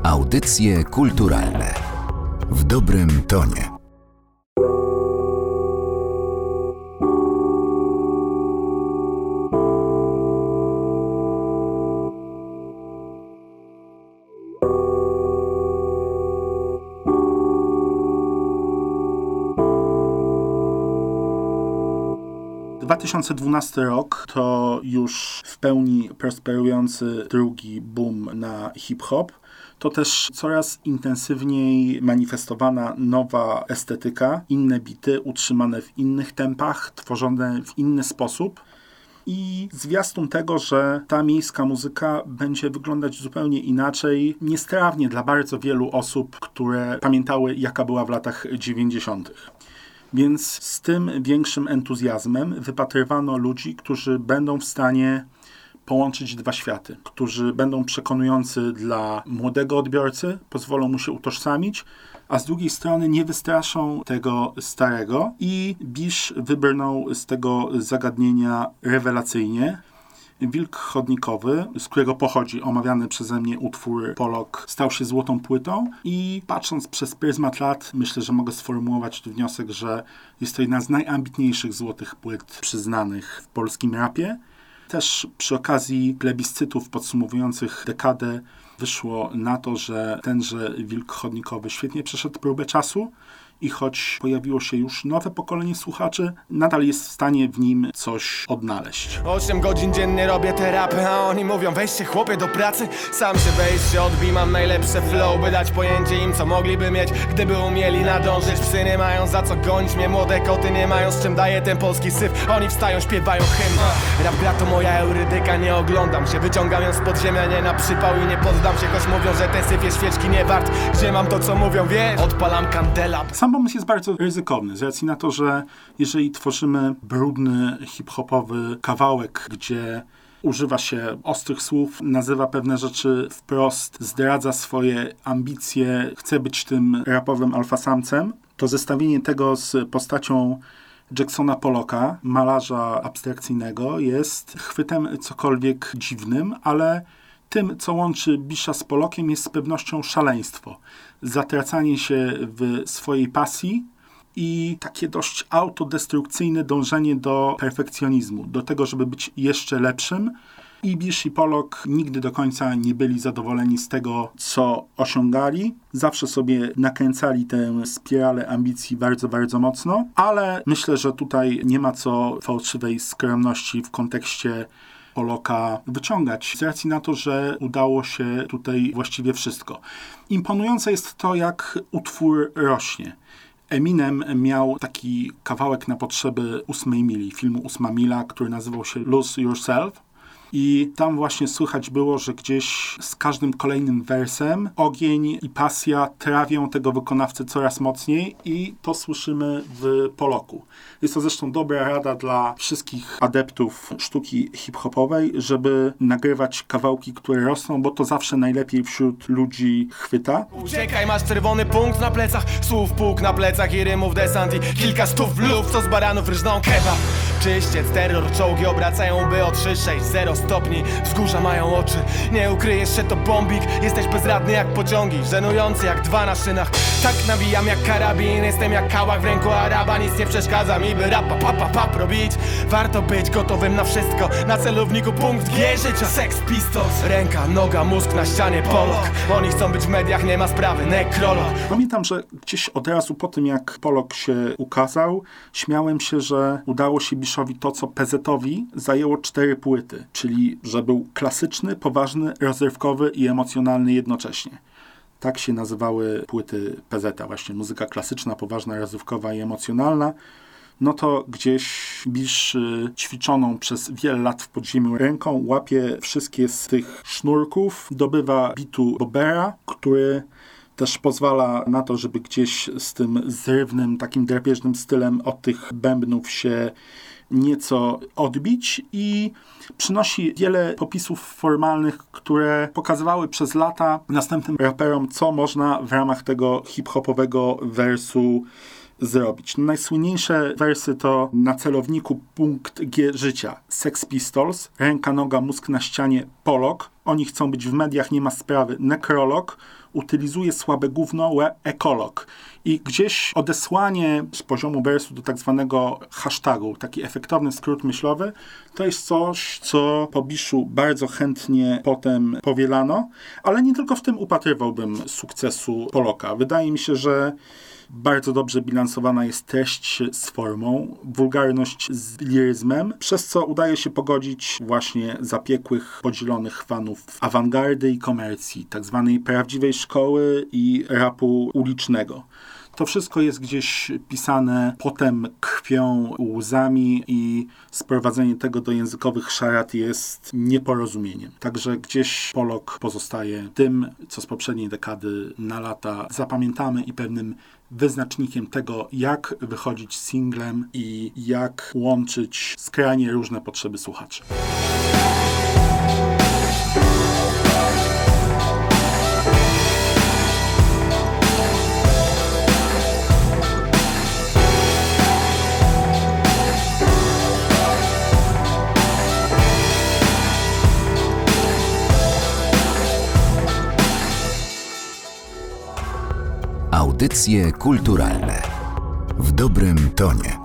Audycje kulturalne w dobrym tonie. W 2012 rok to już w pełni prosperujący drugi boom na hip-hop. To też coraz intensywniej manifestowana nowa estetyka, inne bity utrzymane w innych tempach, tworzone w inny sposób. I zwiastun tego, że ta miejska muzyka będzie wyglądać zupełnie inaczej, niestrawnie dla bardzo wielu osób, które pamiętały, jaka była w latach 90. Więc z tym większym entuzjazmem wypatrywano ludzi, którzy będą w stanie połączyć dwa światy, którzy będą przekonujący dla młodego odbiorcy, pozwolą mu się utożsamić, a z drugiej strony nie wystraszą tego starego i Bish wybrnął z tego zagadnienia rewelacyjnie. Wilk chodnikowy, z którego pochodzi omawiany przeze mnie utwór Polok, stał się złotą płytą i patrząc przez pryzmat lat, myślę, że mogę sformułować tu wniosek, że jest to jedna z najambitniejszych złotych płyt przyznanych w polskim rapie. Też przy okazji plebiscytów podsumowujących dekadę wyszło na to, że tenże Wilk chodnikowy świetnie przeszedł próbę czasu i choć pojawiło się już nowe pokolenie słuchaczy, nadal jest w stanie w nim coś odnaleźć. 8 godzin dziennie robię terapię, a oni mówią weźcie chłopie do pracy. Sam się wejść, się odbij, mam najlepsze flow, by dać pojęcie im co mogliby mieć, gdyby umieli nadążyć. Psy nie mają za co gonić mnie, młode koty nie mają z czym daje ten polski syf. Oni wstają, śpiewają hymn. Rap gra to moja eurydyka, nie oglądam się, wyciągam ją z podziemia, nie na przypał i nie poddam się, choć mówią, że ten syf jest świeczki nie wart. Gdzie mam to co mówią, wiesz? Odpalam kandela. Sam pomysł jest bardzo ryzykowny, z racji na to, że jeżeli tworzymy brudny, hip-hopowy kawałek, gdzie używa się ostrych słów, nazywa pewne rzeczy wprost, zdradza swoje ambicje, chce być tym rapowym alfasamcem, to zestawienie tego z postacią Jacksona Pollocka, malarza abstrakcyjnego, jest chwytem cokolwiek dziwnym, ale tym, co łączy Bisha z Pollockiem, jest z pewnością szaleństwo. Zatracanie się w swojej pasji i takie dość autodestrukcyjne dążenie do perfekcjonizmu, do tego, żeby być jeszcze lepszym. I Bish i Pollock nigdy do końca nie byli zadowoleni z tego, co osiągali. Zawsze sobie nakręcali tę spiralę ambicji bardzo, bardzo mocno, ale myślę, że tutaj nie ma co fałszywej skromności w kontekście Pollocka wyciągać, z racji na to, że udało się tutaj właściwie wszystko. Imponujące jest to, jak utwór rośnie. Eminem miał taki kawałek na potrzeby 8 mili, filmu 8 mila, który nazywał się Lose Yourself. I tam właśnie słychać było, że gdzieś z każdym kolejnym wersem ogień i pasja trawią tego wykonawcę coraz mocniej i to słyszymy w Pollocku. Jest to zresztą dobra rada dla wszystkich adeptów sztuki hip-hopowej, żeby nagrywać kawałki, które rosną, bo to zawsze najlepiej wśród ludzi chwyta. Uciekaj, masz czerwony punkt na plecach, słów pług na plecach i rymów desant i kilka stów luf, co z baranów ryżną kebab. Czyściec, terror, czołgi obracają by o 3-6-0 stopni. Wzgórza mają oczy, nie ukryjesz, że to bombik. Jesteś bezradny jak pociągi, żenujący jak dwa na szynach. Tak nawijam jak karabin, jestem jak kałach w ręku Araba. Nic nie przeszkadza mi, by rap, pap robić. Warto być gotowym na wszystko, na celowniku punkt G życia. Sex Pistols, ręka, noga, mózg na ścianie, Pollock. Oni chcą być w mediach, nie ma sprawy, nekrolog. Pamiętam, że gdzieś od razu po tym, jak Pollock się ukazał, śmiałem się, że udało się Bishowi to, co PZ-owi zajęło 4 płyty, czyli że był klasyczny, poważny, rozrywkowy i emocjonalny jednocześnie. Tak się nazywały płyty PZ-a, właśnie muzyka klasyczna, poważna, rozrywkowa i emocjonalna. No to gdzieś Bish ćwiczoną przez wiele lat w podziemiu ręką łapie wszystkie z tych sznurków, dobywa bitu Bobera, który też pozwala na to, żeby gdzieś z tym zrywnym, takim drapieżnym stylem od tych bębnów się nieco odbić i przynosi wiele popisów formalnych, które pokazywały przez lata następnym raperom, co można w ramach tego hip-hopowego wersu zrobić. Najsłynniejsze wersy to na celowniku punkt G życia, Sex Pistols, ręka, noga, mózg na ścianie, Pollock. oni chcą być w mediach, nie ma sprawy. Nekrolog utylizuje słabe gówno, ekolog. I gdzieś odesłanie z poziomu wersu do tak zwanego hashtagu, taki efektowny skrót myślowy, to jest coś, co po Biszu bardzo chętnie potem powielano, ale nie tylko w tym upatrywałbym sukcesu Poloka. Wydaje mi się, że bardzo dobrze bilansowana jest treść z formą, wulgarność z liryzmem, przez co udaje się pogodzić właśnie zapiekłych, podzielonych fanów awangardy i komercji, tak zwanej prawdziwej szkoły i rapu ulicznego. To wszystko jest gdzieś pisane potem krwią, łzami i sprowadzenie tego do językowych szarat jest nieporozumieniem. Także gdzieś Polok pozostaje tym, co z poprzedniej dekady na lata zapamiętamy i pewnym wyznacznikiem tego, jak wychodzić z singlem i jak łączyć skrajnie różne potrzeby słuchaczy. Audycje kulturalne w dobrym tonie.